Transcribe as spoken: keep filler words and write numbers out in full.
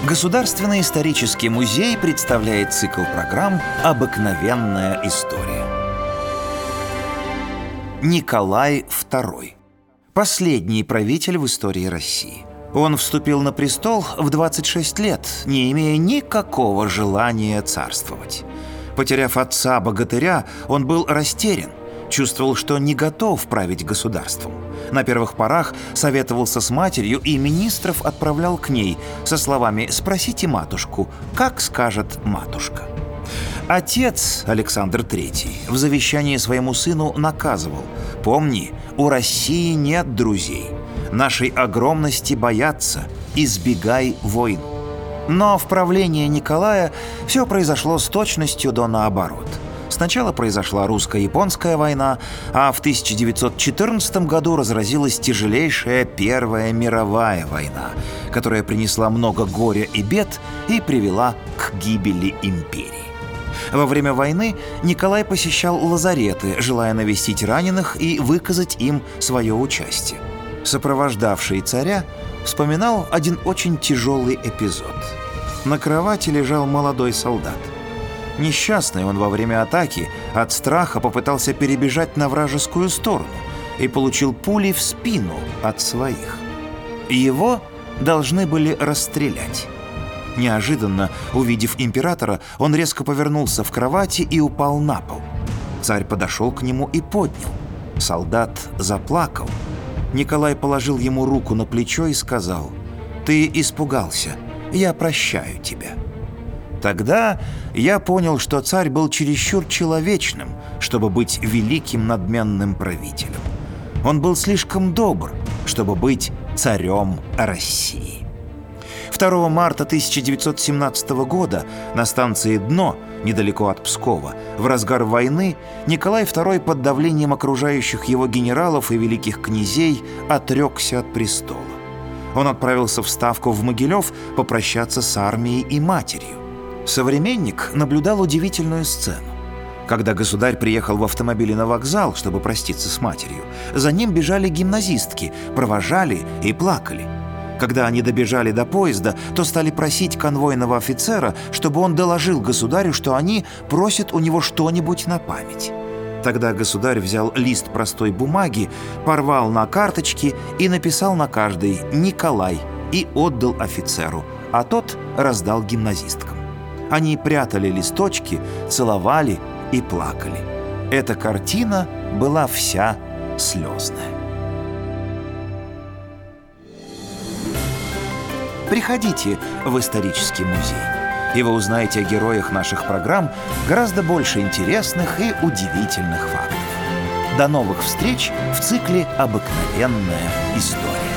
Государственный исторический музей представляет цикл программ «Обыкновенная история». Николай второй. Последний правитель в истории России. Он вступил на престол в двадцать шесть лет, не имея никакого желания царствовать. Потеряв отца-богатыря, он был растерян, чувствовал, что не готов править государством. На первых порах советовался с матерью и министров отправлял к ней со словами «Спросите матушку, как скажет матушка». Отец, Александр третий, в завещании своему сыну наказывал: «Помни, у России нет друзей. Нашей огромности боятся, избегай войн». Но в правлении Николая все произошло с точностью до наоборот. Сначала произошла русско-японская война, а в тысяча девятьсот четырнадцатом году разразилась тяжелейшая Первая мировая война, которая принесла много горя и бед и привела к гибели империи. Во время войны Николай посещал лазареты, желая навестить раненых и выказать им свое участие. Сопровождавший царя вспоминал один очень тяжелый эпизод. На кровати лежал молодой солдат. Несчастный, он во время атаки от страха попытался перебежать на вражескую сторону и получил пули в спину от своих. Его должны были расстрелять. Неожиданно, увидев императора, он резко повернулся в кровати и упал на пол. Царь подошел к нему и поднял. Солдат заплакал. Николай положил ему руку на плечо и сказал: «Ты испугался, я прощаю тебя». Тогда я понял, что царь был чересчур человечным, чтобы быть великим надменным правителем. Он был слишком добр, чтобы быть царем России. второго марта тысяча девятьсот семнадцатого года на станции Дно, недалеко от Пскова, в разгар войны Николай второй под давлением окружающих его генералов и великих князей отрекся от престола. Он отправился в Ставку в Могилев попрощаться с армией и матерью. Современник наблюдал удивительную сцену. Когда государь приехал в автомобиле на вокзал, чтобы проститься с матерью, за ним бежали гимназистки, провожали и плакали. Когда они добежали до поезда, то стали просить конвойного офицера, чтобы он доложил государю, что они просят у него что-нибудь на память. Тогда государь взял лист простой бумаги, порвал на карточки и написал на каждой «Николай» и отдал офицеру, а тот раздал гимназисткам. Они прятали листочки, целовали и плакали. Эта картина была вся слезная. Приходите в исторический музей, и вы узнаете о героях наших программ гораздо больше интересных и удивительных фактов. До новых встреч в цикле «Обыкновенная история».